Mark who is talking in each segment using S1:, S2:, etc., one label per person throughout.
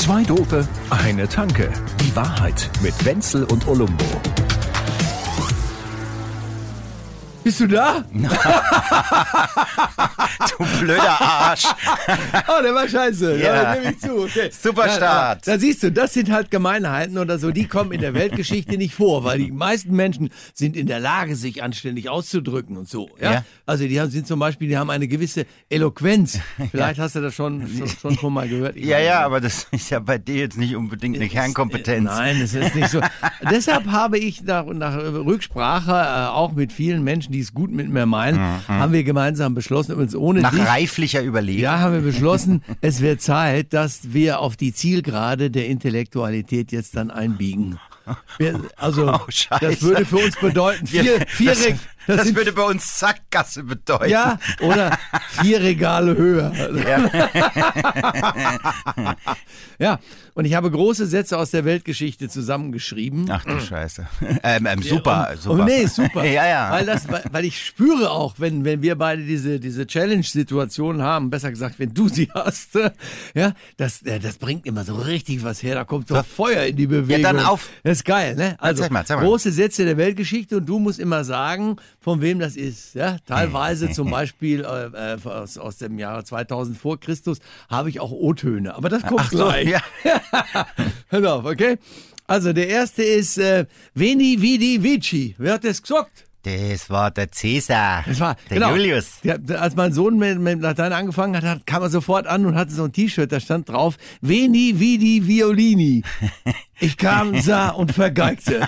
S1: Zwei Dope, eine Tanke. Die Wahrheit mit Wenzel und Olumbo.
S2: Bist du da?
S3: Du blöder Arsch.
S2: Oh, der war scheiße.
S3: Ja.
S2: Ja, nehme ich zu. Okay.
S3: Super Start.
S2: Da siehst du, das sind halt Gemeinheiten oder so, die kommen in der Weltgeschichte nicht vor, weil die meisten Menschen sind in der Lage, sich anständig auszudrücken und so. Ja? Also die haben eine gewisse Eloquenz. Vielleicht hast du das schon mal gehört.
S3: Ja, aber das ist ja bei dir jetzt nicht unbedingt eine Kernkompetenz.
S2: Nein, das ist nicht so. Deshalb habe ich nach Rücksprache auch mit vielen Menschen, die es gut mit mir meinen, haben wir gemeinsam beschlossen, übrigens ohne
S3: Nach
S2: dich,
S3: reiflicher Überlegung.
S2: ja, haben wir beschlossen, es wird Zeit, dass wir auf die Zielgerade der Intellektualität jetzt dann einbiegen. Also,
S3: Scheiße.
S2: das würde für uns bedeuten,
S3: Das
S2: sind-
S3: würde bei uns Sackgasse bedeuten.
S2: ja, oder 4 Regale höher. Ja, und ich habe große Sätze aus der Weltgeschichte zusammengeschrieben.
S3: Ach du Scheiße. Super.
S2: Nee, super.
S3: Ja.
S2: Weil ich spüre auch, wenn wir beide diese Challenge-Situation haben, besser gesagt, wenn du sie hast, ja, das bringt immer so richtig was her. Da kommt so Feuer in die Bewegung.
S3: Ja, dann auf.
S2: Das ist geil, ne? Also,
S3: Zeig mal.
S2: große Sätze der Weltgeschichte und du musst immer sagen, von wem das ist. Ja? Teilweise zum Beispiel aus dem Jahre 2000 vor Christus habe ich auch O-Töne. Aber das kommt gleich.
S3: Ja.
S2: Hör auf, okay? Also der erste ist Veni Vidi Vici. Wer hat das gesagt?
S3: Das war der Cäsar.
S2: Das war
S3: der Julius.
S2: Als mein Sohn mit Latein angefangen hat, kam er sofort an und hatte so ein T-Shirt, da stand drauf Veni Vidi Violini. Ich kam, sah und vergeigte.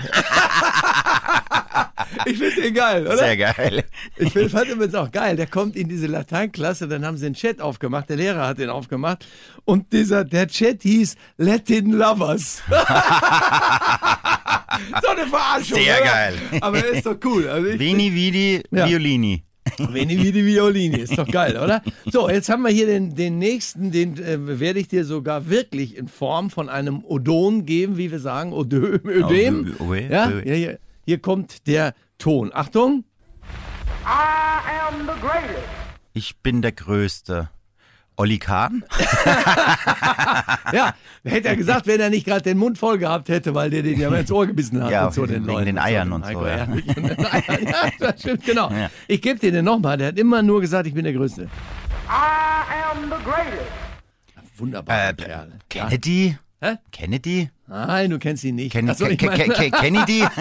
S2: Ich finde den geil, oder?
S3: Sehr geil.
S2: Ich fand übrigens auch geil, der kommt in diese Lateinklasse, dann haben sie einen Chat aufgemacht, der Lehrer hat den aufgemacht und der Chat hieß Latin Lovers. So eine Verarschung.
S3: Sehr
S2: oder?
S3: geil.
S2: Aber er ist doch cool. Also
S3: Veni Vidi
S2: Ja.
S3: Violini.
S2: Veni Vidi Violini, ist doch geil, oder? So, jetzt haben wir hier den nächsten, den werde ich dir sogar wirklich in Form von einem Odon geben, wie wir sagen, Ödem. Ja, hier kommt der Ton. Achtung.
S4: I am the greatest.
S3: Ich bin der Größte. Olli Kahn?
S2: Ja, hätte er gesagt, wenn er nicht gerade den Mund voll gehabt hätte, weil der den ja ins Ohr gebissen hat.
S3: Ja,
S2: und so
S3: wegen
S2: Leuten
S3: den Eiern und so,
S2: Heiko
S3: ja.
S2: Ehrlich und den Eiern. Ja, das stimmt, genau.
S3: Ja.
S2: Ich gebe dir den nochmal, der hat immer nur gesagt, ich bin der Größte.
S4: I am the greatest.
S2: Wunderbarer Kerl. Ja.
S3: Kennedy?
S2: Hä?
S3: Kennedy?
S2: Nein, du kennst ihn nicht. Ach so, ich meine-
S3: Kennedy? Ja,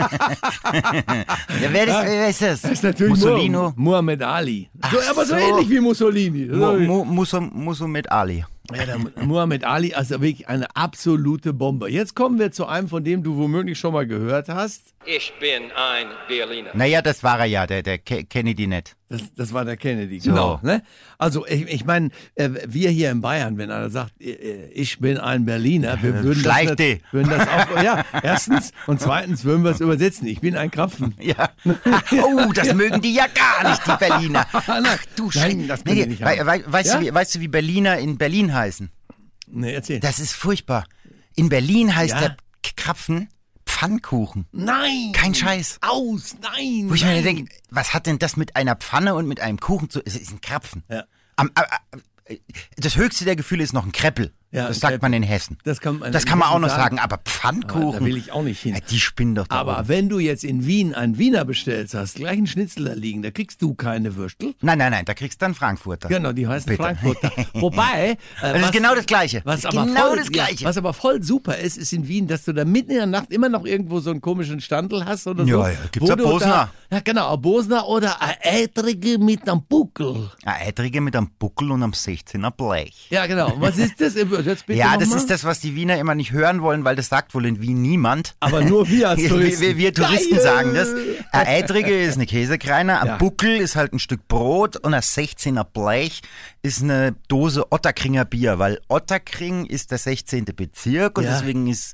S3: wer ist das?
S2: Das ist natürlich
S3: Mussolino?
S2: Muhammad Ali. So, aber so
S3: so.
S2: ähnlich wie Mussolini.
S3: Muhammad Ali.
S2: Ja, der Muhammad Ali, also wirklich eine absolute Bombe. Jetzt kommen wir zu einem, von dem du womöglich schon mal gehört hast.
S5: Ich bin ein Berliner.
S3: Naja, das war er ja, der Kennedy nicht.
S2: Das war der Kennedy,
S3: So.
S2: genau. Ne? Also ich meine, wir hier in Bayern, wenn einer sagt, ich bin ein Berliner, wir würden
S3: Schleichte.
S2: würden das auch, ja, erstens und zweitens würden wir es übersetzen. Ich bin ein Krapfen.
S3: Ja. Oh, das mögen die ja gar nicht, die Berliner. Ach du
S2: Nein, das können die nicht haben.
S3: Weißt du, wie Berliner in Berlin heißen?
S2: Nee, erzähl.
S3: Das ist furchtbar. In Berlin heißt
S2: Ja?
S3: der Krapfen Pfannkuchen.
S2: Nein!
S3: Kein Scheiß.
S2: Nein!
S3: Wo ich mir denke, was hat denn das mit einer Pfanne und mit einem Kuchen zu... Es ist ein Krapfen.
S2: Ja.
S3: Das höchste der Gefühle ist noch ein Kreppel.
S2: Ja,
S3: das
S2: ein
S3: sagt
S2: Kreppel.
S3: man in Hessen.
S2: Das kann man
S3: auch noch sagen, aber
S2: Aber
S3: Pfannkuchen...
S2: da will ich auch nicht hin.
S3: Ja, die spinnen doch da
S2: Aber
S3: oben.
S2: wenn du jetzt in Wien einen Wiener bestellst, hast gleich einen Schnitzel da liegen, da kriegst du keine Würstel.
S3: Nein, da kriegst du dann Frankfurter.
S2: Genau, die heißen
S3: Bitte.
S2: Frankfurter. Wobei...
S3: Das ist genau das Gleiche.
S2: Was
S3: Das ist
S2: aber,
S3: genau
S2: voll,
S3: das Gleiche.
S2: Ja, was aber voll super ist in Wien, dass du da mitten in der Nacht immer noch irgendwo so einen komischen Standel hast oder so.
S3: Ja, ja, gibt's
S2: wo
S3: ein
S2: du
S3: Bosner.
S2: Ja, genau, ein Bosner oder ein Eitrige mit einem Buckel.
S3: Ein Eitrige mit einem Buckel und einem 16er Blech.
S2: Ja, genau. Was ist das? Jetzt bitte
S3: Ja,
S2: noch
S3: das
S2: mal.
S3: ist das, was die Wiener immer nicht hören wollen, weil das sagt wohl in Wien niemand.
S2: Aber nur wir als Touristen.
S3: Wir Touristen
S2: Geil.
S3: sagen das. Ein Eitrige ist eine Käsekreiner, ein
S2: Ja.
S3: Buckel ist halt ein Stück Brot und ein 16er Blech ist eine Dose Otterkringer Bier, weil Otterkring ist der 16. Bezirk und
S2: Ja.
S3: deswegen ist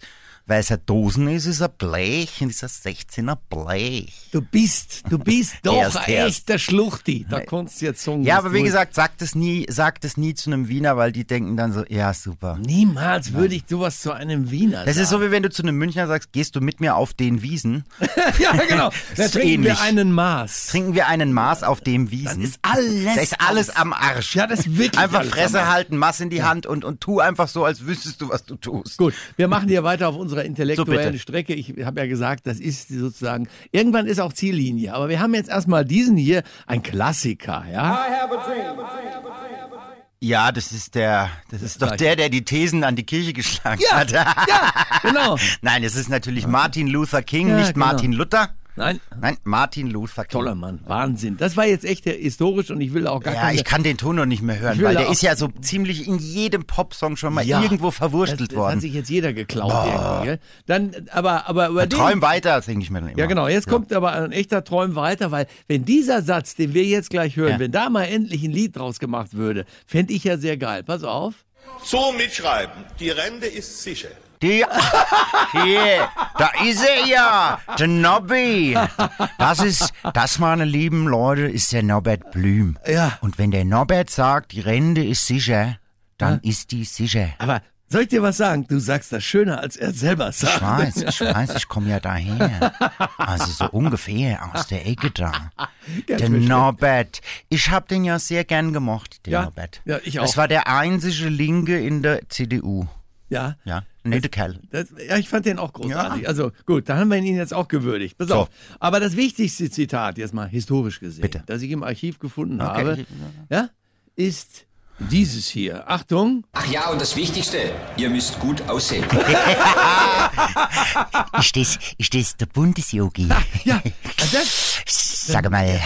S3: Weil es ein Dosen ist ein Blech und ist ein 16er Blech.
S2: Du bist doch
S3: Erst.
S2: ein echter Schluchti. Da kannst du jetzt sagen.
S3: Ja,
S2: was
S3: aber
S2: du
S3: wie gesagt, sagt es nie zu einem Wiener, weil die denken dann so, ja, super.
S2: Niemals würde ich sowas zu einem Wiener
S3: Das
S2: sagen.
S3: ist so, wie wenn du zu einem Münchner sagst, gehst du mit mir auf den Wiesen?
S2: Ja, genau. Da
S3: ist
S2: trinken wir
S3: ähnlich.
S2: einen Maß.
S3: Trinken wir einen Maß auf dem Wiesen?
S2: Dann ist alles
S3: Da ist alles
S2: aus.
S3: am Arsch.
S2: Ja, das ist wirklich
S3: Einfach
S2: alles am
S3: Fresse
S2: Arsch.
S3: halten, Maß in die Hand und tu einfach so, als wüsstest du, was du tust.
S2: Gut, wir machen hier weiter auf unserer intellektuellen
S3: So, bitte.
S2: Strecke. Ich habe ja gesagt, das ist sozusagen, irgendwann ist auch Ziellinie. Aber wir haben jetzt erstmal diesen hier, ein Klassiker, ja?
S3: Ja, das ist doch der die Thesen an die Kirche geschlagen hat.
S2: Ja, genau.
S3: Nein, es ist natürlich Martin Luther King,
S2: Ja,
S3: nicht
S2: genau.
S3: Martin Luther.
S2: Nein,
S3: Nein, Martin Luther King.
S2: toller Mann, Wahnsinn. Das war jetzt echt historisch und ich will auch gar
S3: Ja,
S2: keine...
S3: ich kann den Ton noch nicht mehr hören,
S2: Ich will
S3: weil
S2: da
S3: der
S2: auch-
S3: ist ja so ziemlich in jedem Popsong schon mal
S2: Ja,
S3: irgendwo verwurstelt
S2: das
S3: worden.
S2: hat sich jetzt jeder geklaut irgendwie, gell? Dann, aber über den...
S3: Träum weiter, singe ich mir dann immer.
S2: Ja, genau. Jetzt kommt aber ein echter Träum weiter, weil wenn dieser Satz, den wir jetzt gleich hören,
S3: Ja.
S2: wenn da mal endlich ein Lied draus gemacht würde, fände ich ja sehr geil. Pass auf.
S6: So mitschreiben. Die Rente ist sicher.
S3: Hier, da ist er ja, der Nobby. Das, meine lieben Leute, ist der Norbert Blüm.
S2: Ja.
S3: Und wenn der Norbert sagt, die Rente ist sicher, dann ist die sicher.
S2: Aber soll ich dir was sagen? Du sagst das schöner, als er selber sagt.
S3: Ich weiß, ich komme ja daher. Also so ungefähr aus der Ecke da. Der Norbert. Ich hab den ja sehr gern gemocht, den
S2: Ja,
S3: Norbert.
S2: ja, ich auch.
S3: Das war der einzige Linke in der CDU.
S2: Ja.
S3: Ja, nette Kerl.
S2: Ja, ich fand den auch großartig.
S3: Ja.
S2: Also gut, da haben wir ihn jetzt auch gewürdigt. Pass
S3: So.
S2: auf. Aber das wichtigste Zitat, jetzt mal historisch gesehen,
S3: Bitte.
S2: das ich im Archiv gefunden
S3: Okay.
S2: habe, ja, ist dieses hier. Achtung.
S7: Ach ja, und das Wichtigste, ihr müsst gut aussehen.
S3: Ist das der Bundesjogi?
S2: Ja, das,
S3: Sag mal,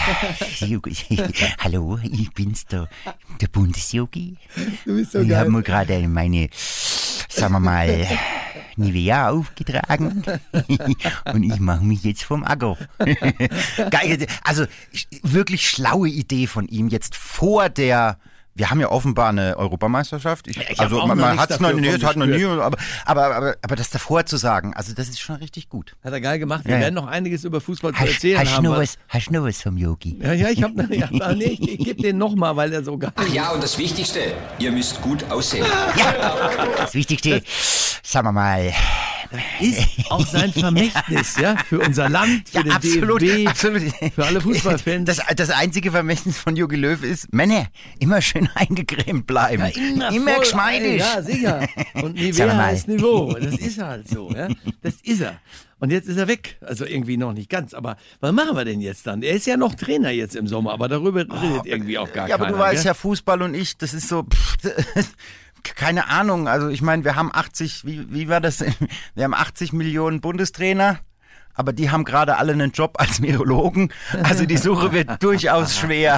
S3: hallo, ich bin's der Bundesjogi.
S2: du bist so
S3: Ich habe
S2: geil.
S3: mir gerade meine, sagen wir mal, Nivea aufgetragen und ich mache mich jetzt vom Acker. Geil, also wirklich schlaue Idee von ihm jetzt vor der. Wir haben ja offenbar eine Europameisterschaft.
S2: hab
S3: Also
S2: auch noch
S3: man
S2: nichts
S3: hat es noch
S2: dafür
S3: nie, es hat noch nie,
S2: gespürt.
S3: aber das davor zu sagen, also das ist schon richtig gut.
S2: Hat er geil gemacht. Wir
S3: Ja, ja.
S2: werden noch einiges über Fußball zu erzählen
S3: Hast
S2: haben.
S3: du noch was vom Yogi?
S2: Ja, ich habe ich gebe den nochmal, weil er so geil
S7: Ach
S2: ist.
S7: ja, und das Wichtigste, ihr müsst gut aussehen.
S3: Das Wichtigste, sagen wir mal,
S2: Ist auch sein Vermächtnis, ja, für unser Land, für den DFB,
S3: absolut.
S2: für alle Fußballfans.
S3: Das einzige Vermächtnis von Jogi Löw ist, Männer, immer schön eingecremt bleiben. Immer
S2: voll,
S3: geschmeidig.
S2: Ja, sicher. Und
S3: Sag
S2: Nivea
S3: mal.
S2: ist Niveau. Das ist halt so, ja. Das ist er. Und jetzt ist er weg. Also irgendwie noch nicht ganz. Aber was machen wir denn jetzt dann? Er ist ja noch Trainer jetzt im Sommer, aber darüber redet irgendwie auch gar
S3: Ja,
S2: keiner.
S3: aber du weißt
S2: gell?
S3: ja, Fußball und ich, das ist so, keine Ahnung. Also ich meine, wir haben 80, wie war das? Wir haben 80 Millionen Bundestrainer. Aber die haben gerade alle einen Job als Virologen. Also die Suche wird durchaus schwer.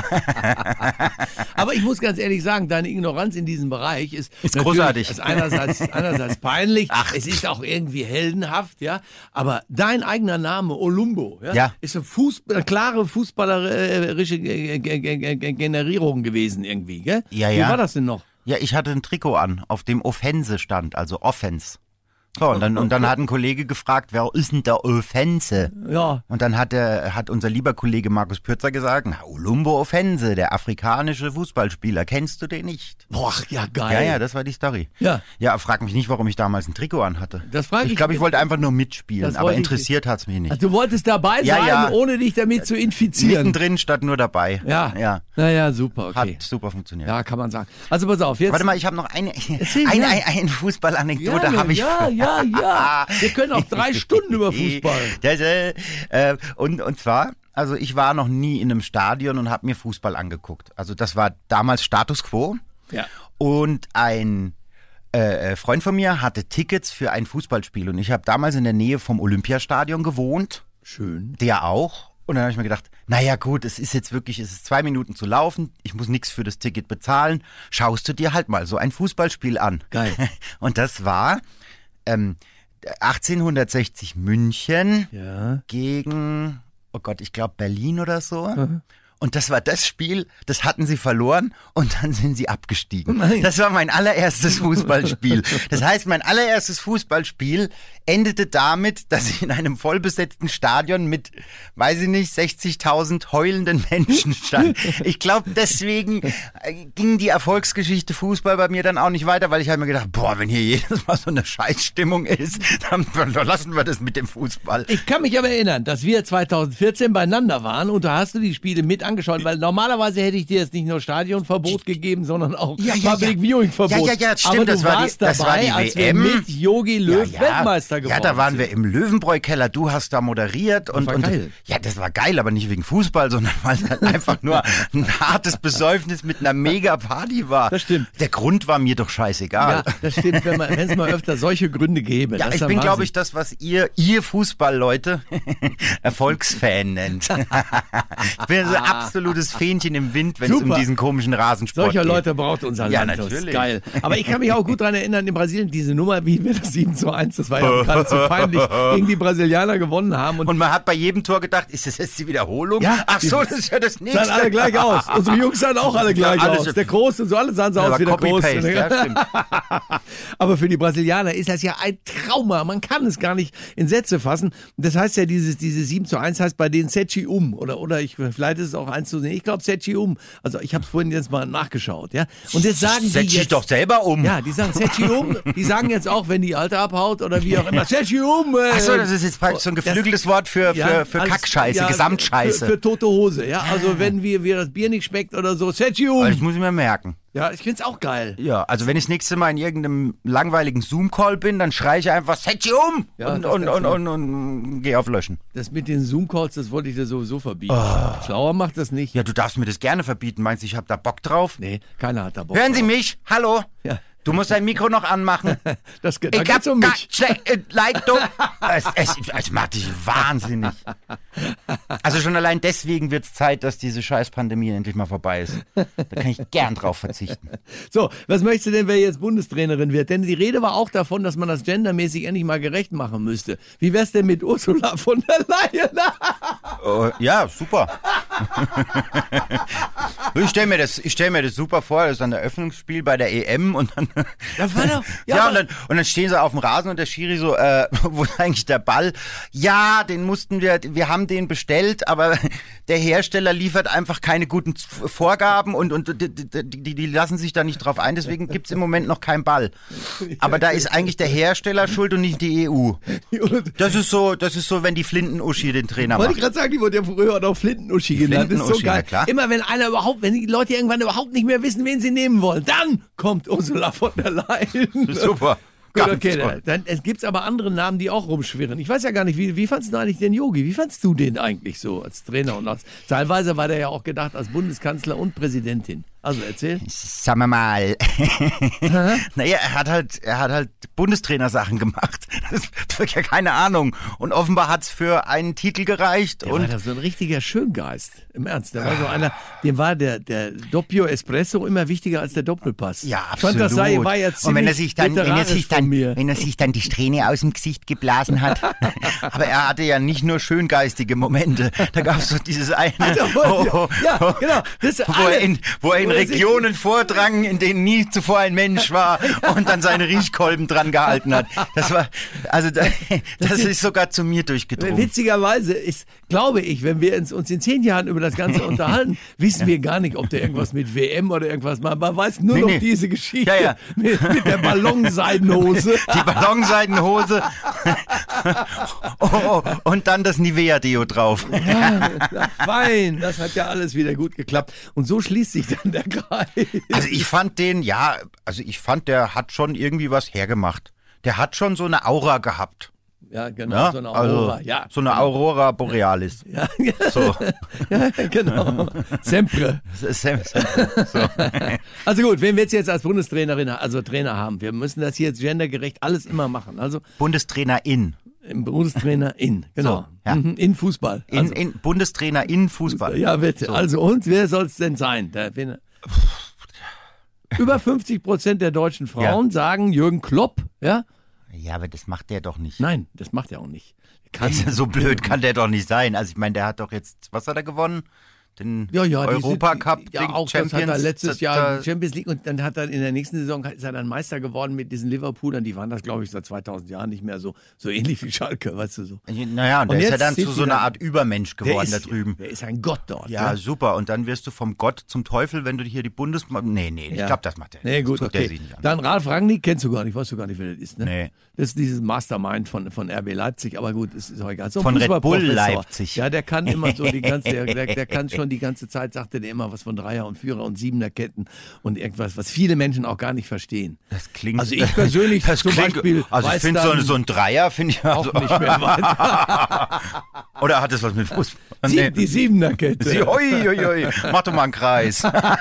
S2: Aber ich muss ganz ehrlich sagen, deine Ignoranz in diesem Bereich ist natürlich-
S3: großartig.
S2: Ist einerseits peinlich, es ist auch irgendwie heldenhaft, ja. Aber dein eigener Name, Olumbo,
S3: Ja.
S2: ist eine klare fußballerische Generierung gewesen irgendwie, gell?
S3: Ja,
S2: Wie
S3: ja.
S2: war das denn noch?
S3: Ja, ich hatte ein Trikot an, auf dem Offense stand, also Offense. So, und dann hat ein Kollege gefragt, wer ist denn der Offense?
S2: Ja.
S3: Und dann hat unser lieber Kollege Markus Pürzer gesagt, na, Olumbo Offense, der afrikanische Fußballspieler, kennst du den nicht?
S2: Boah, ja, geil.
S3: Ja, ja, das war die Story.
S2: Ja.
S3: Ja, frag mich nicht, warum ich damals ein Trikot anhatte.
S2: Das frag ich-
S3: Ich glaube, ich wollte einfach nur mitspielen,
S2: Das
S3: aber
S2: wollte ich-
S3: interessiert hat's mich nicht.
S2: Also, du wolltest dabei
S3: Ja,
S2: sein,
S3: ja.
S2: ohne dich damit zu infizieren.
S3: Mittendrin statt nur dabei.
S2: Ja.
S3: Ja.
S2: Naja, super, okay.
S3: Hat super funktioniert.
S2: Ja, kann man sagen. Also pass auf, jetzt.
S3: Warte mal, ich habe noch eine
S2: ja.
S3: eine Fußballanekdote
S2: Gerne,
S3: habe ich.
S2: ja. Wir können auch 3 Stunden über Fußball.
S3: Und zwar, also ich war noch nie in einem Stadion und habe mir Fußball angeguckt. Also das war damals Status Quo.
S2: Ja.
S3: Und ein Freund von mir hatte Tickets für ein Fußballspiel und ich habe damals in der Nähe vom Olympiastadion gewohnt.
S2: Schön.
S3: Der auch. Und dann habe ich mir gedacht, naja gut, es ist 2 Minuten zu laufen, ich muss nichts für das Ticket bezahlen, schaust du dir halt mal so ein Fußballspiel an.
S2: Geil.
S3: Und das war 1860 München
S2: Ja.
S3: gegen, oh Gott, ich glaube Berlin oder so. Und Und das war das Spiel, das hatten sie verloren und dann sind sie abgestiegen.
S2: Nein.
S3: Das war mein allererstes Fußballspiel. Das heißt, mein allererstes Fußballspiel endete damit, dass ich in einem vollbesetzten Stadion mit, weiß ich nicht, 60.000 heulenden Menschen stand. Ich glaube, deswegen ging die Erfolgsgeschichte Fußball bei mir dann auch nicht weiter, weil ich halt mir gedacht, boah, wenn hier jedes Mal so eine Scheißstimmung ist, dann lassen wir das mit dem Fußball.
S2: Ich kann mich aber erinnern, dass wir 2014 beieinander waren und da hast du die Spiele mit angeschaut, weil normalerweise hätte ich dir jetzt nicht nur Stadionverbot gegeben, sondern auch Public Viewing Verbot.
S3: Ja, stimmt,
S2: aber du
S3: das war die
S2: als
S3: WM.
S2: wir mit Jogi Löw Weltmeister geworden
S3: sind. Ja, da waren
S2: sind.
S3: wir im Löwenbräu-Keller, du hast da moderiert.
S2: Das war geil.
S3: Ja, das war geil, aber nicht wegen Fußball, sondern weil es halt einfach nur ein hartes Besäufnis mit einer Mega-Party war.
S2: Das stimmt.
S3: Der Grund war mir doch scheißegal.
S2: Ja, das stimmt, wenn es mal öfter solche Gründe gäbe.
S3: Ja, ich bin, glaube ich, das, was ihr Fußballleute Erfolgsfan nennt. Ich bin so ein absolutes Fähnchen im Wind, wenn es um diesen komischen Rasensport
S2: Solcher
S3: geht.
S2: Leute braucht unser Land.
S3: Natürlich.
S2: Das ist geil. Aber ich kann mich auch gut daran erinnern, in Brasilien, diese Nummer, wie wir das 7:1, das war ja geradezu peinlich, gegen die Brasilianer gewonnen haben.
S3: Und man hat bei jedem Tor gedacht, ist das jetzt die Wiederholung?
S2: Ja,
S3: Ach so, das ist ja das nächste.
S2: Sahen alle gleich aus. Unsere Jungs sahen auch alle gleich aus. Der Groß und so, alle sahen so aus wie der Groß.
S3: Ja, stimmt.
S2: Aber für die Brasilianer ist das ja ein Trauma. Man kann es gar nicht in Sätze fassen. Das heißt ja, diese 7:1 heißt bei denen Sechi oder vielleicht ist es auch 1:0. Ich glaube Sechi Also ich habe es vorhin jetzt mal nachgeschaut. Ja? Und jetzt sagen die
S3: Setz dich
S2: jetzt,
S3: doch selber um.
S2: Ja, die sagen Sechi Die sagen jetzt auch, wenn die Alte abhaut oder wie auch immer, Sechi
S3: Achso, das ist jetzt praktisch so ein geflügeltes Wort für Kackscheiße, Gesamtscheiße.
S2: Für tote Hose, ja. Also wenn wir das Bier nicht schmeckt oder so, Sechi
S3: Das muss ich mir merken.
S2: Ja, ich find's auch geil.
S3: Ja, also wenn ich das nächste Mal in irgendeinem langweiligen Zoom-Call bin, dann schreie ich einfach Setchi
S2: Ja,
S3: und geh auf Löschen.
S2: Das mit den Zoom-Calls, das wollte ich dir sowieso verbieten. Schlauer macht das nicht.
S3: Ja, du darfst mir das gerne verbieten. Meinst du, ich hab da Bock drauf?
S2: Nee, keiner hat da Bock
S3: Hören
S2: drauf.
S3: Sie mich? Hallo?
S2: Ja.
S3: Du musst dein Mikro noch anmachen.
S2: Da
S3: Ich
S2: geht's
S3: hab
S2: um mich.
S3: Leitung. Es macht dich wahnsinnig. Also schon allein deswegen wird es Zeit, dass diese scheiß Pandemie endlich mal vorbei ist. Da kann ich gern drauf verzichten.
S2: So, was möchtest du denn, wer jetzt Bundestrainerin wird? Denn die Rede war auch davon, dass man das gendermäßig endlich mal gerecht machen müsste. Wie wär's denn mit Ursula von der Leyen?
S3: Ja, super. Ich stell mir das super vor, das ist ein Eröffnungsspiel bei der EM und dann
S2: Das war doch,
S3: ja, und dann stehen sie auf dem Rasen und der Schiri so, wo ist eigentlich der Ball? Ja, wir haben den bestellt, aber der Hersteller liefert einfach keine guten Vorgaben und die lassen sich da nicht drauf ein, deswegen gibt's im Moment noch keinen Ball. Aber da ist eigentlich der Hersteller schuld und nicht die EU. Das ist so, wenn die Flinten-Uschi den Trainer
S2: Wollte
S3: macht.
S2: ich gerade sagen, die wurde ja früher noch Flinten-Uschi genannt. Das ist so
S3: Flinten-Uschi,
S2: geil.
S3: na klar.
S2: Immer wenn die Leute irgendwann überhaupt nicht mehr wissen, wen sie nehmen wollen, dann kommt Ursula von der Leyen.
S3: Super.
S2: Gut, okay, dann gibt's aber andere Namen, die auch rumschwirren. Ich weiß ja gar nicht, wie fandst du eigentlich den Yogi? Wie fandst du den eigentlich so als Trainer? Und teilweise war der ja auch gedacht als Bundeskanzler und Präsidentin. Also erzähl.
S3: Sagen wir mal. Naja, er hat halt Bundestrainer-Sachen gemacht. Das ist ja keine Ahnung. Und offenbar hat's für einen Titel gereicht.
S2: Der war da so ein richtiger Schöngeist. Im Ernst. Der war so einer, dem war der Doppio Espresso immer wichtiger als der Doppelpass.
S3: Ja,
S2: Ich fand,
S3: absolut.
S2: das war ja ziemlich
S3: und wenn er sich dann die Strähne aus dem Gesicht geblasen hat. Aber er hatte ja nicht nur schöngeistige Momente. Da gab es so dieses eine,
S2: ja, genau.
S3: wo er in Regionen vordrang, in denen nie zuvor ein Mensch war und dann seine Riechkolben dran gehalten hat. Das war, also das ist sogar zu mir durchgedrungen.
S2: Witzigerweise ist, glaube ich, wenn wir uns in 10 Jahren über das Ganze unterhalten, wissen wir gar nicht, ob der irgendwas mit WM oder irgendwas macht. Man weiß nur noch diese Geschichte mit der Ballonseidenhose.
S3: Die Ballonseidenhose und dann das Nivea-Deo drauf.
S2: Ja, fein, das hat ja alles wieder gut geklappt. Und so schließt sich dann der Kreis.
S3: Also ich fand der hat schon irgendwie was hergemacht. Der hat schon so eine Aura gehabt.
S2: Ja, genau,
S3: Ja,
S2: so eine Aurora.
S3: also,
S2: Ja,
S3: so eine Aurora Borealis.
S2: Ja,
S3: So.
S2: ja, genau. Sempre.
S3: So.
S2: Also gut, wen willst du jetzt als Bundestrainerin, also Trainer haben? Wir müssen das hier jetzt gendergerecht alles immer machen. Also
S3: Bundestrainerin.
S2: Bundestrainerin, genau.
S3: So, ja.
S2: In Fußball. Also,
S3: Bundestrainer in Fußball.
S2: ja, bitte.
S3: So.
S2: Also und wer soll es denn sein? Über 50% der deutschen Frauen sagen Jürgen Klopp, ja?
S3: Ja, aber das macht der doch nicht.
S2: Nein, das macht er auch nicht.
S3: So blöd kann der doch nicht sein. Also ich meine, der hat doch jetzt, was hat er gewonnen? den
S2: Ja,
S3: Europacup,
S2: ja,
S3: den
S2: auch
S3: Champions.
S2: das hat er letztes Jahr
S3: da-
S2: Champions League und dann hat er in der nächsten Saison ist er dann Meister geworden mit diesen Liverpoolern. Die waren das, glaube ich, seit 2000 Jahren nicht mehr so ähnlich wie Schalke, weißt du so.
S3: Naja, und der ist ja
S2: jetzt
S3: dann
S2: sind
S3: zu
S2: die
S3: so einer
S2: dann-
S3: Art Übermensch geworden da drüben.
S2: Der ist ein Gott dort.
S3: Ja,
S2: ne?
S3: super. Und dann wirst du vom Gott zum Teufel, wenn du hier die Nee, ich
S2: Ja.
S3: glaube, das macht er nicht.
S2: Nee, gut,
S3: das tut der
S2: okay.
S3: sich nicht an.
S2: Dann Ralf Rangnick kennst du gar nicht, weißt du gar nicht, wer das ist, ne?
S3: Nee.
S2: Das ist dieses Mastermind von RB Leipzig, aber gut, ist auch egal. So ein
S3: Von Red Bull
S2: Fußballprofessor.
S3: Leipzig.
S2: Ja, der kann immer so der kann schon die ganze Zeit, sagte der immer was von Dreier- und Vierer- und Siebenerketten und irgendwas, was viele Menschen auch gar nicht verstehen.
S3: Das klingt.
S2: Also ich persönlich
S3: das
S2: zum Beispiel
S3: Also ich
S2: weiß
S3: finde
S2: dann
S3: so ein Dreier, finde ich
S2: auch nicht mehr weiter.
S3: Oder hat es was mit Fußball?
S2: Die Siebenerkette.
S3: Oi. Mach doch mal einen Kreis.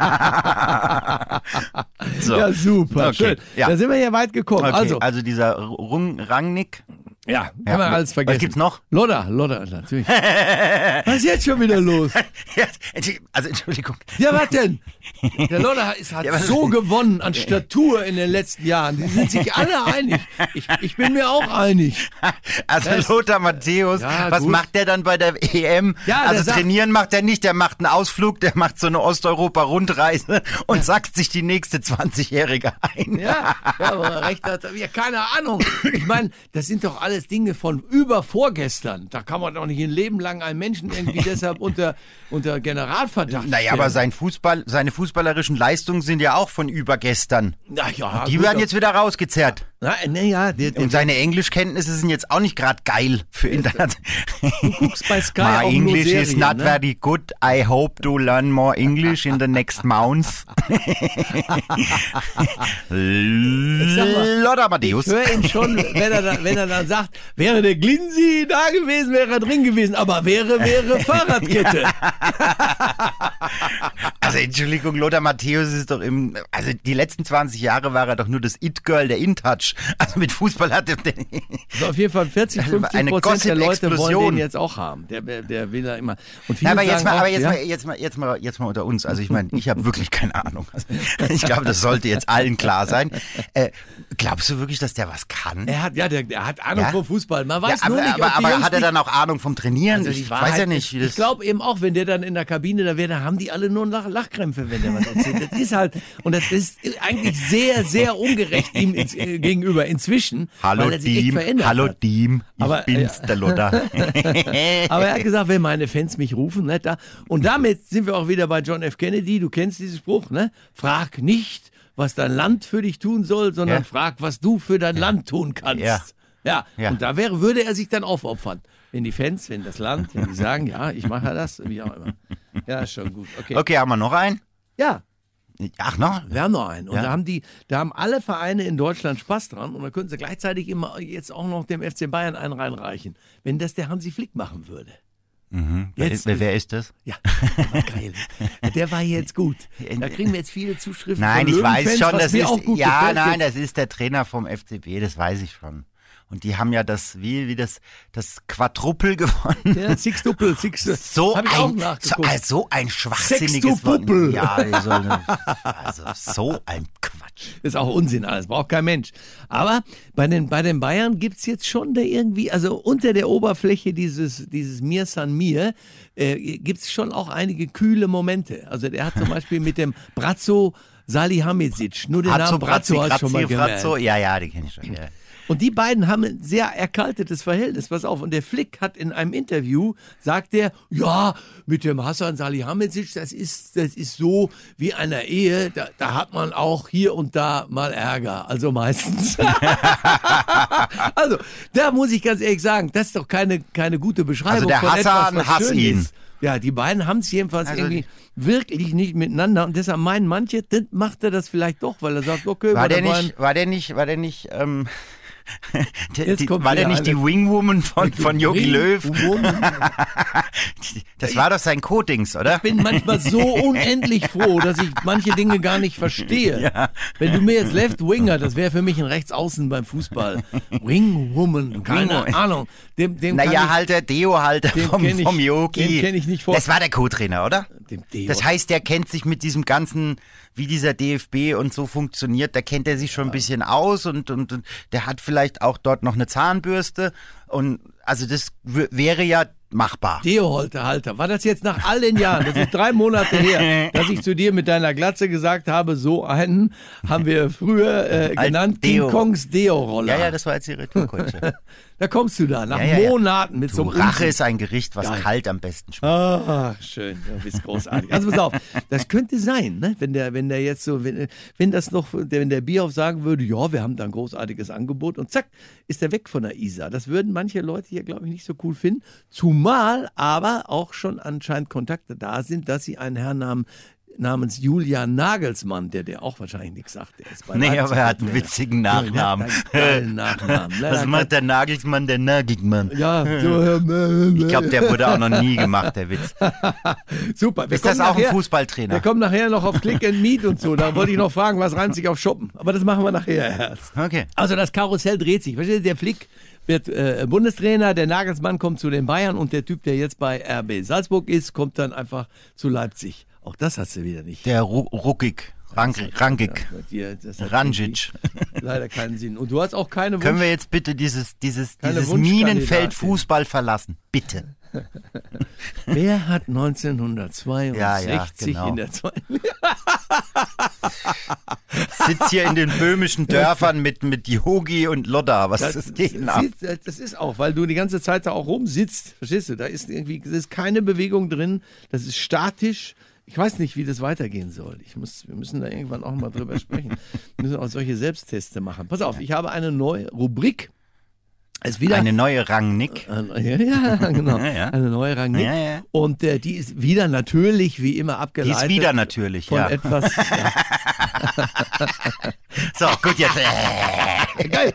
S3: So.
S2: Ja, super,
S3: Okay,
S2: schön.
S3: ja.
S2: Da sind wir ja weit gekommen.
S3: Okay,
S2: Also,
S3: dieser Rangnick.
S2: ja, haben wir alles vergessen.
S3: Was gibt's noch?
S2: Lodder, natürlich. Was ist jetzt schon wieder los?
S3: Also Entschuldigung.
S2: Ja, was denn? Der Lodder hat
S3: Ja, was-
S2: so gewonnen an Statur in den letzten Jahren. Die sind sich alle einig. Ich bin mir auch einig.
S3: Also
S2: Das-
S3: Lothar Matthäus,
S2: Ja,
S3: was
S2: gut.
S3: macht der dann bei der EM?
S2: Ja, der
S3: Also
S2: sagt-
S3: trainieren macht er nicht, der macht einen Ausflug, der macht so eine Osteuropa-Rundreise und sackt sich die nächste 20-Jährige ein.
S2: Ja, aber er recht hat. Ja, keine Ahnung. Ich meine, das sind doch alles Dinge von vorgestern. Da kann man doch nicht ein Leben lang einen Menschen irgendwie deshalb unter Generalverdacht
S3: Naja,
S2: stellen.
S3: aber seine fußballerischen Leistungen sind ja auch von übergestern.
S2: Na ja,
S3: Die
S2: gut,
S3: werden jetzt wieder rausgezerrt.
S2: Naja,
S3: Und seine Englischkenntnisse sind jetzt auch nicht gerade geil für Internet.
S2: du guckst bei Sky
S3: My
S2: auch nur
S3: English
S2: Serien,
S3: is not
S2: ne?
S3: very good. I hope to learn more English in the next month. Lothar Matthäus.
S2: Ich höre ihn schon, wenn er dann sagt, wäre der Glinsi da gewesen, wäre er drin gewesen, aber wäre Fahrradkette.
S3: Also Entschuldigung, Lothar Matthäus ist doch also die letzten 20 Jahre war er doch nur das It-Girl der InTouch. Also mit Fußball hat er
S2: Also auf jeden Fall 40-50%
S3: Eine
S2: der Leute wollen
S3: Gossip-Explosion.
S2: den jetzt auch haben. Der will er immer. Und viele
S3: Ja, aber
S2: sagen
S3: jetzt mal unter uns. Also ich meine, ich habe wirklich keine Ahnung. Also, ich glaube, das sollte jetzt allen klar sein. Glaubst du wirklich, dass der was kann?
S2: der hat Ahnung
S3: Ja?
S2: vom Fußball. Man weiß
S3: Ja,
S2: nur nicht, ob die
S3: aber
S2: Jungs
S3: hat er
S2: nicht-
S3: dann auch Ahnung vom Trainieren?
S2: Also die
S3: ich
S2: Wahrheit
S3: weiß ja nicht.
S2: ist,
S3: Wie
S2: ich
S3: das
S2: glaube eben auch, wenn der dann in der Kabine da wäre, da haben die alle nur Lachkrämpfe, wenn der was erzählt. Das ist halt, und das ist eigentlich sehr, sehr ungerecht ihm gegenüber inzwischen,
S3: Hallo
S2: weil er sich echt
S3: Team,
S2: verändert
S3: hallo
S2: hat.
S3: Team, ich
S2: Aber,
S3: bin's, der Lothar.
S2: Aber er hat gesagt, wenn meine Fans mich rufen, ne, da. Und damit sind wir auch wieder bei John F. Kennedy. Du kennst diesen Spruch, ne? Frag nicht, was dein Land für dich tun soll, sondern
S3: Ja.
S2: frag, was du für dein Land tun kannst.
S3: Ja.
S2: Ja. Und da würde er sich dann aufopfern. Wenn die Fans, wenn das Land, wenn die sagen, ja, ich mache das, wie auch immer. Ja, ist schon gut. Okay.
S3: Okay, haben wir noch einen?
S2: Ja,
S3: Ach, noch?
S2: wir haben noch einen. Und
S3: Ja.
S2: da haben alle Vereine in Deutschland Spaß dran. Und da könnten sie gleichzeitig immer jetzt auch noch dem FC Bayern einen reinreichen. Wenn das der Hansi Flick machen würde. Jetzt-
S3: Wer ist das?
S2: Ja, der war geil. Der war jetzt gut. Da kriegen wir jetzt viele Zuschriften
S3: Nein,
S2: von
S3: ich weiß
S2: Löwenfans,
S3: schon,
S2: was
S3: das
S2: mir
S3: ist,
S2: auch gut
S3: ja,
S2: gefällt
S3: nein,
S2: jetzt.
S3: das ist der Trainer vom FCB, das weiß ich schon. Und die haben ja das Quadruppel gewonnen.
S2: Ja, Sixtuple.
S3: So
S2: Hab ich auch
S3: ein,
S2: nachgeguckt.
S3: so ein schwachsinniges
S2: Sextuple.
S3: Wort. Ja, also so ein Quatsch.
S2: Ist auch Unsinn alles, braucht kein Mensch. Aber bei den Bayern gibt es jetzt schon da irgendwie, also unter der Oberfläche dieses Mir San Mir, gibt es schon auch einige kühle Momente. Also der hat zum Beispiel mit dem Brazzo Salihamidzic, nur den Namen Brazzo hast du schon mal gemerkt.
S3: Brazzo, ja, die kenne ich schon. Ja.
S2: Und die beiden haben ein sehr erkaltetes Verhältnis, pass auf. Und der Flick hat in einem Interview, sagt er, ja, mit dem Hasan Salihamidzic, das ist so wie einer Ehe, da hat man auch hier und da mal Ärger, also meistens. Also, da muss ich ganz ehrlich sagen, das ist doch keine gute Beschreibung
S3: Also der
S2: von
S3: Hasan
S2: etwas, was
S3: hasst
S2: schön
S3: ihn.
S2: ist. Ja, die beiden haben es jedenfalls
S3: Also
S2: irgendwie wirklich nicht miteinander. Und deshalb meinen manche, dann macht er das vielleicht doch, weil er sagt, okay,
S3: War der
S2: Bayern-
S3: nicht, war der nicht
S2: Jetzt kommt
S3: war der
S2: wieder
S3: nicht die
S2: eine-
S3: Wingwoman von Jogi Löw?
S2: Woman.
S3: Das war doch sein Codings, oder?
S2: Ich bin manchmal so unendlich froh, dass ich manche Dinge gar nicht verstehe. Wenn du mir jetzt Left Winger, das wäre für mich ein Rechtsaußen beim Fußball. Wingwoman, keine
S3: Wingwoman.
S2: Ahnung. Dem kann
S3: Naja,
S2: ich,
S3: halt der Deo-Halter
S2: den
S3: vom
S2: kenn ich-
S3: Yogi.
S2: den kenn ich nicht vor-
S3: Das war der Co-Trainer, oder?
S2: Dem Deo.
S3: Das heißt, der kennt sich mit diesem ganzen, wie dieser DFB und so funktioniert, da kennt er sich schon ein bisschen aus und der hat vielleicht auch dort noch eine Zahnbürste und also das wäre ja machbar.
S2: Deo-Halter, war das jetzt nach all den Jahren, das ist 3 Monate her, dass ich zu dir mit deiner Glatze gesagt habe, so einen haben wir früher genannt, King Kongs Deo-Roller.
S3: Ja, das war jetzt die Retourkutsche.
S2: Da kommst du da, nach Monaten mit so einem
S3: Rache ist ein Gericht, was kalt am besten schmeckt.
S2: Ah, schön, du bist großartig. Also pass auf, das könnte sein, ne? wenn der jetzt so, wenn der Bierhoff sagen würde, ja, wir haben da ein großartiges Angebot und zack, ist er weg von der Isar. Das würden manche Leute hier, glaube ich, nicht so cool finden. Zumal aber auch schon anscheinend Kontakte da sind, dass sie einen Herrn namens Julian Nagelsmann, der auch wahrscheinlich nichts sagt. Der ist bei
S3: nee, aber er hat einen witzigen Nachnamen. Was macht der Nagelsmann, der Nagelmann?
S2: Ja, so,
S3: ich glaube, der wurde auch noch nie gemacht, der Witz.
S2: Super.
S3: Ist das auch ein Fußballtrainer?
S2: Wir kommen nachher noch auf Click and Meet und so. Da wollte ich noch fragen, was reimt sich auf Shoppen? Aber das machen wir nachher erst.
S3: Okay.
S2: Also das Karussell dreht sich. Verstehst du, der Flick wird Bundestrainer, der Nagelsmann kommt zu den Bayern und der Typ, der jetzt bei RB Salzburg ist, kommt dann einfach zu Leipzig. Auch das hast du wieder nicht.
S3: Der Rangic.
S2: Leider keinen Sinn. Und du hast auch keine
S3: Können wir jetzt bitte dieses Minenfeld Fußball verlassen? Bitte.
S2: Wer hat 1962
S3: genau.
S2: in der zweiten
S3: Sitzt hier in den böhmischen Dörfern mit Yogi und Lodda. Was ist denen ab?
S2: Das ist auch, weil du die ganze Zeit da auch rumsitzt. Verstehst du? Da ist keine Bewegung drin. Das ist statisch. Ich weiß nicht, wie das weitergehen soll. Wir müssen da irgendwann auch mal drüber sprechen. Wir müssen auch solche Selbstteste machen. Pass auf, ich habe eine neue Rubrik.
S3: Eine neue Rangnick.
S2: Ja, genau.
S3: Ja.
S2: Eine neue Rangnick.
S3: Ja.
S2: Und die ist wieder natürlich, wie immer, abgeleitet.
S3: Die ist wieder natürlich,
S2: von etwas.
S3: So, gut, jetzt.
S2: Geil.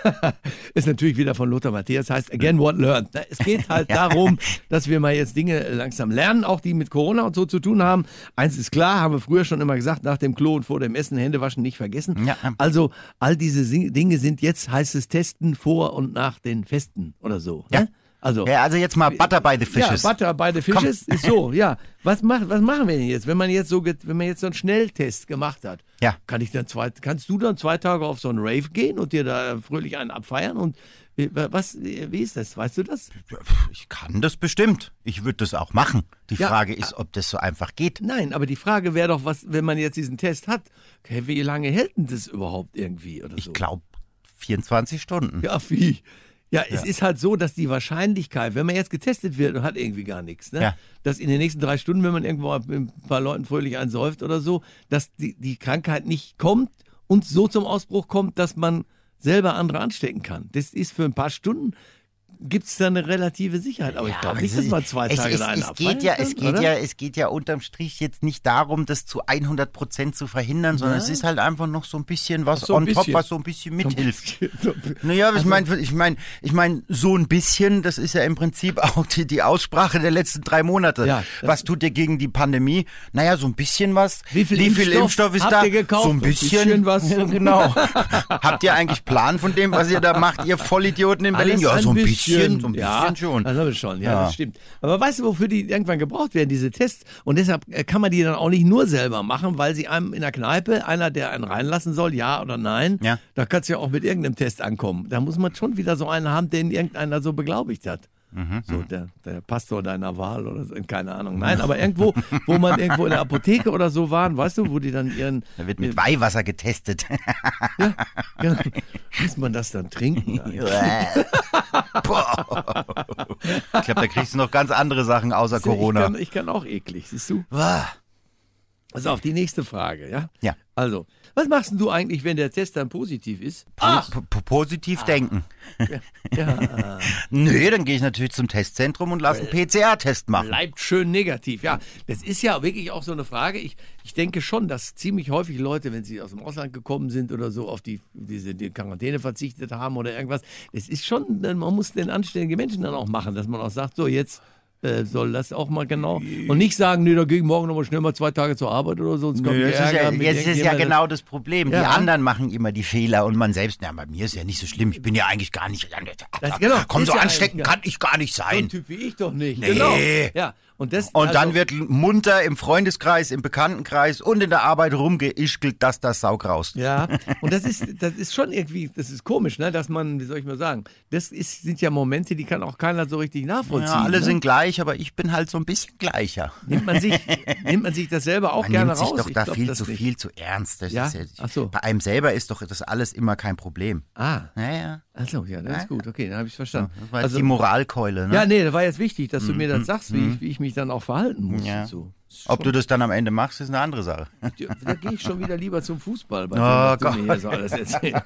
S2: Ist natürlich wieder von Lothar Matthäus, heißt Again What Learned. Es geht halt darum, dass wir mal jetzt Dinge langsam lernen, auch die mit Corona und so zu tun haben. Eins ist klar, haben wir früher schon immer gesagt, nach dem Klo und vor dem Essen Hände waschen nicht vergessen.
S3: Ja.
S2: Also all diese Dinge sind jetzt, heißt es, testen vor und nach den Festen oder so.
S3: Ja.
S2: Ne? Also
S3: jetzt mal Butter by the Fishes.
S2: Ja, Butter by the Fishes ist so, ja. Was machen wir denn jetzt, wenn man jetzt so einen Schnelltest gemacht hat?
S3: Ja.
S2: Kannst du dann 2 Tage auf so einen Rave gehen und dir da fröhlich einen abfeiern? Und wie ist das? Weißt du das?
S3: Ich kann das bestimmt. Ich würde das auch machen. Die Frage ist, ob das so einfach geht.
S2: Nein, aber die Frage wäre doch, wenn man jetzt diesen Test hat, okay, wie lange hält denn das überhaupt irgendwie oder so?
S3: Ich glaube 24 Stunden.
S2: Ja, wie? Ja, es ist halt so, dass die Wahrscheinlichkeit, wenn man jetzt getestet wird und hat irgendwie gar nichts, ne, dass in den nächsten 3 Stunden, wenn man irgendwo mit ein paar Leuten fröhlich einsäuft oder so, dass die Krankheit nicht kommt und so zum Ausbruch kommt, dass man selber andere anstecken kann. Das ist für ein paar Stunden, gibt es da eine relative Sicherheit. Aber ich glaube nicht, dass man 2 Tage da einen abfeiern kann,
S3: es geht ja unterm Strich jetzt nicht darum, das zu 100% zu verhindern, sondern es ist halt einfach noch so ein bisschen was on top, was so ein bisschen mithilft. Naja, ich meine, so ein bisschen, das ist ja im Prinzip auch die Aussprache der letzten 3 Monate. Ja, was tut ihr gegen die Pandemie? Naja, so ein bisschen was.
S2: Wie viel Impfstoff ist
S3: da?
S2: Habt ihr gekauft?
S3: So ein bisschen
S2: was.
S3: Genau. Habt ihr eigentlich Plan von dem, was ihr da macht, ihr Vollidioten in Berlin? Ja, so ein bisschen schon.
S2: Das habe ich schon. Ja, das stimmt. Aber weißt du, wofür die irgendwann gebraucht werden, diese Tests? Und deshalb kann man die dann auch nicht nur selber machen, weil sie einem in der Kneipe, einer, der einen reinlassen soll, ja oder nein, da kannst du ja auch mit irgendeinem Test ankommen. Da muss man schon wieder so einen haben, den irgendeiner so beglaubigt hat. So der Pastor deiner Wahl oder so, keine Ahnung. Nein, aber irgendwo, wo man irgendwo in der Apotheke oder so waren, weißt du, wo die dann ihren...
S3: Da wird mit Weihwasser getestet.
S2: Ja, genau. Muss man das dann trinken?
S3: Ich glaube, da kriegst du noch ganz andere Sachen außer Corona.
S2: Ich kann auch eklig, siehst du? Also auf die nächste Frage, ja?
S3: Ja.
S2: Also, was machst denn du eigentlich, wenn der Test dann positiv ist?
S3: Positiv denken.
S2: Ja.
S3: Nö, dann gehe ich natürlich zum Testzentrum und lasse einen PCR-Test machen.
S2: Bleibt schön negativ, ja. Das ist ja wirklich auch so eine Frage. Ich denke schon, dass ziemlich häufig Leute, wenn sie aus dem Ausland gekommen sind oder so, auf die Quarantäne verzichtet haben oder irgendwas, es ist schon, man muss den anständigen Menschen dann auch machen, dass man auch sagt, so jetzt soll das auch mal genau. Und nicht sagen, nee, da gehe ich morgen nochmal schnell mal 2 Tage zur Arbeit oder so.
S3: Jetzt ist ja genau das Problem. Die anderen machen immer die Fehler und man selbst, bei mir ist ja nicht so schlimm. Ich bin ja eigentlich gar nicht.
S2: Genau,
S3: komm, so anstecken kann ich gar nicht sein.
S2: So ein Typ wie ich doch nicht.
S3: Nee.
S2: Genau. Ja. Und
S3: dann wird munter im Freundeskreis, im Bekanntenkreis und in der Arbeit rumgeischkelt, dass das Sau graust.
S2: Ja, und das ist schon irgendwie, das ist komisch, ne, dass man, wie soll ich mal sagen, sind ja Momente, die kann auch keiner so richtig nachvollziehen.
S3: Ja, alle
S2: ne?
S3: sind gleich, aber ich bin halt so ein bisschen gleicher.
S2: Nimmt man sich das selber auch gerne raus?
S3: Man nimmt sich doch da
S2: Ich
S3: viel zu ernst. Das
S2: Ja?
S3: ist
S2: Ach so.
S3: Bei einem selber ist doch das alles immer kein Problem.
S2: Ja. Achso, ja, das ist gut. Okay, dann habe ich es verstanden.
S3: Das war jetzt die Moralkeule, ne?
S2: Ja, nee, das war jetzt wichtig, dass du mir das sagst, wie ich mich dann auch verhalten muss.
S3: Ja.
S2: Und so.
S3: Ob du das dann am Ende machst, ist eine andere Sache.
S2: Da gehe ich schon wieder lieber zum Fußball, bei
S3: Oh
S2: dem, was
S3: Gott.
S2: du mir hier so alles erzählst.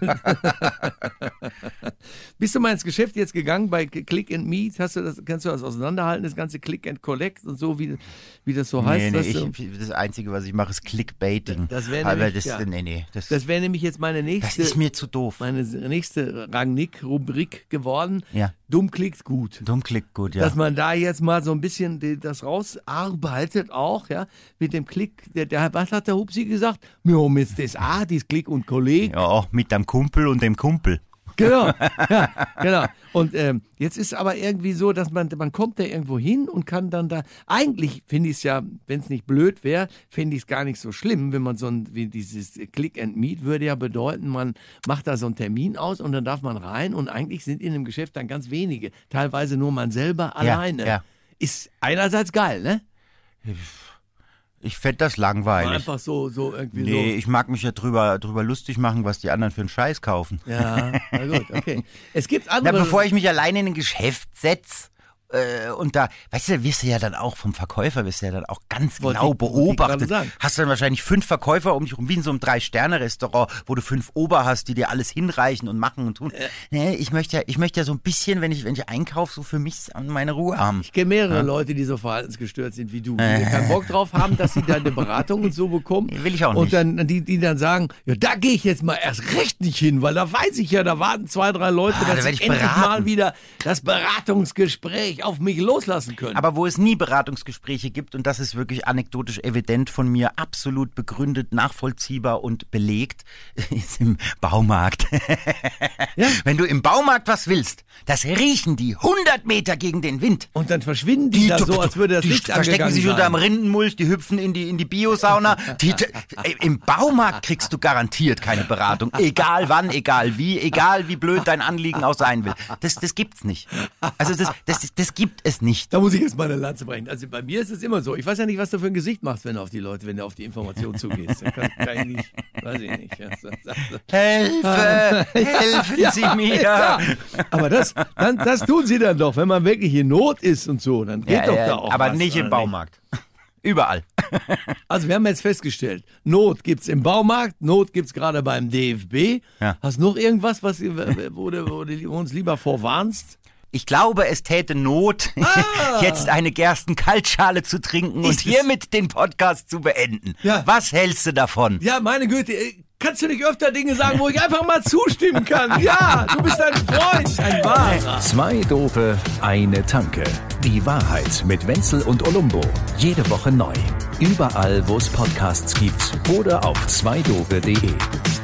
S2: Bist du mal ins Geschäft jetzt gegangen bei Click and Meet? Kannst du das auseinanderhalten, das ganze Click and Collect und so, wie das so heißt?
S3: Das Einzige, was ich mache, ist Clickbaiting.
S2: Das wäre
S3: Aber
S2: nämlich, das wäre nämlich jetzt meine nächste.
S3: Das ist mir zu doof.
S2: Meine nächste Rangnick-Rubrik geworden.
S3: Ja.
S2: Dumm klickt gut.
S3: Dumm klickt gut, ja.
S2: Dass man da jetzt mal so ein bisschen das rausarbeitet auch, ja, mit dem Klick. Was hat der Hupsi gesagt? Wir haben jetzt das Klick und Kolleg.
S3: Ja, mit dem Kumpel und dem Kumpel.
S2: Genau, ja, genau. Und jetzt ist aber irgendwie so, dass man kommt da irgendwo hin und kann dann da, eigentlich finde ich es ja, wenn es nicht blöd wäre, finde ich es gar nicht so schlimm, wenn man wie dieses Click and Meet würde ja bedeuten, man macht da so einen Termin aus und dann darf man rein und eigentlich sind in dem Geschäft dann ganz wenige, teilweise nur man selber alleine.
S3: Ja.
S2: Ist einerseits geil, ne?
S3: Ich fände das langweilig.
S2: Einfach so irgendwie so.
S3: Nee, ich mag mich ja drüber lustig machen, was die anderen für einen Scheiß kaufen.
S2: Ja, na gut, okay. Es gibt andere...
S3: Bevor ich mich alleine in ein Geschäft setze und da, weißt du, wirst du ja dann auch vom Verkäufer, ganz genau beobachtet. Hast dann wahrscheinlich 5 Verkäufer um dich rum, wie in so einem 3-Sterne-Restaurant, wo du 5 Ober hast, die dir alles hinreichen und machen und tun. Nee, ich möchte ja so ein bisschen, wenn ich einkaufe, so für mich meine Ruhe haben.
S2: Ich kenne mehrere Leute, die so verhaltensgestört sind wie du, die keinen Bock drauf haben, dass sie dann eine Beratung und so bekommen.
S3: Will ich auch nicht.
S2: Und dann die dann sagen, ja, da gehe ich jetzt mal erst recht nicht hin, weil da weiß ich ja, da warten 2, 3 Leute, dass
S3: da
S2: ich endlich mal wieder das Beratungsgespräch auf mich loslassen können.
S3: Aber wo es nie Beratungsgespräche gibt, und das ist wirklich anekdotisch evident von mir, absolut begründet, nachvollziehbar und belegt, ist im Baumarkt. Ja? Wenn du im Baumarkt was willst, das riechen die 100 Meter gegen den Wind.
S2: Und dann verschwinden die da so, als würde das Licht
S3: verstecken sich unter dem Rindenmulch, die hüpfen in die Biosauna. Im Baumarkt kriegst du garantiert keine Beratung. Egal wann, egal wie blöd dein Anliegen auch sein will. Das gibt's nicht. Also das gibt es nicht.
S2: Da muss ich jetzt mal eine Lanze brechen. Also bei mir ist es immer so. Ich weiß ja nicht, was du für ein Gesicht machst, wenn du auf die Information zugehst. Kann ich nicht, weiß ich nicht.
S3: Helfen Sie mir.
S2: Ja. Aber das tun sie dann doch, wenn man wirklich in Not ist und so. Dann geht doch da auch
S3: aber
S2: was,
S3: nicht im Baumarkt. Überall.
S2: Also wir haben jetzt festgestellt, Not gibt's im Baumarkt, Not gibt's gerade beim DFB.
S3: Ja.
S2: Hast du noch irgendwas, wo du uns lieber vorwarnst?
S3: Ich glaube, es täte Not, jetzt eine Gerstenkaltschale zu trinken und hiermit den Podcast zu beenden.
S2: Ja.
S3: Was hältst du davon?
S2: Ja, meine Güte, kannst du nicht öfter Dinge sagen, wo ich einfach mal zustimmen kann? Ja, du bist ein Freund, ein Wahrer.
S1: 2 Doofe, eine Tanke. Die Wahrheit mit Wenzel und Olumbo. Jede Woche neu. Überall, wo es Podcasts gibt oder auf 2dope.de.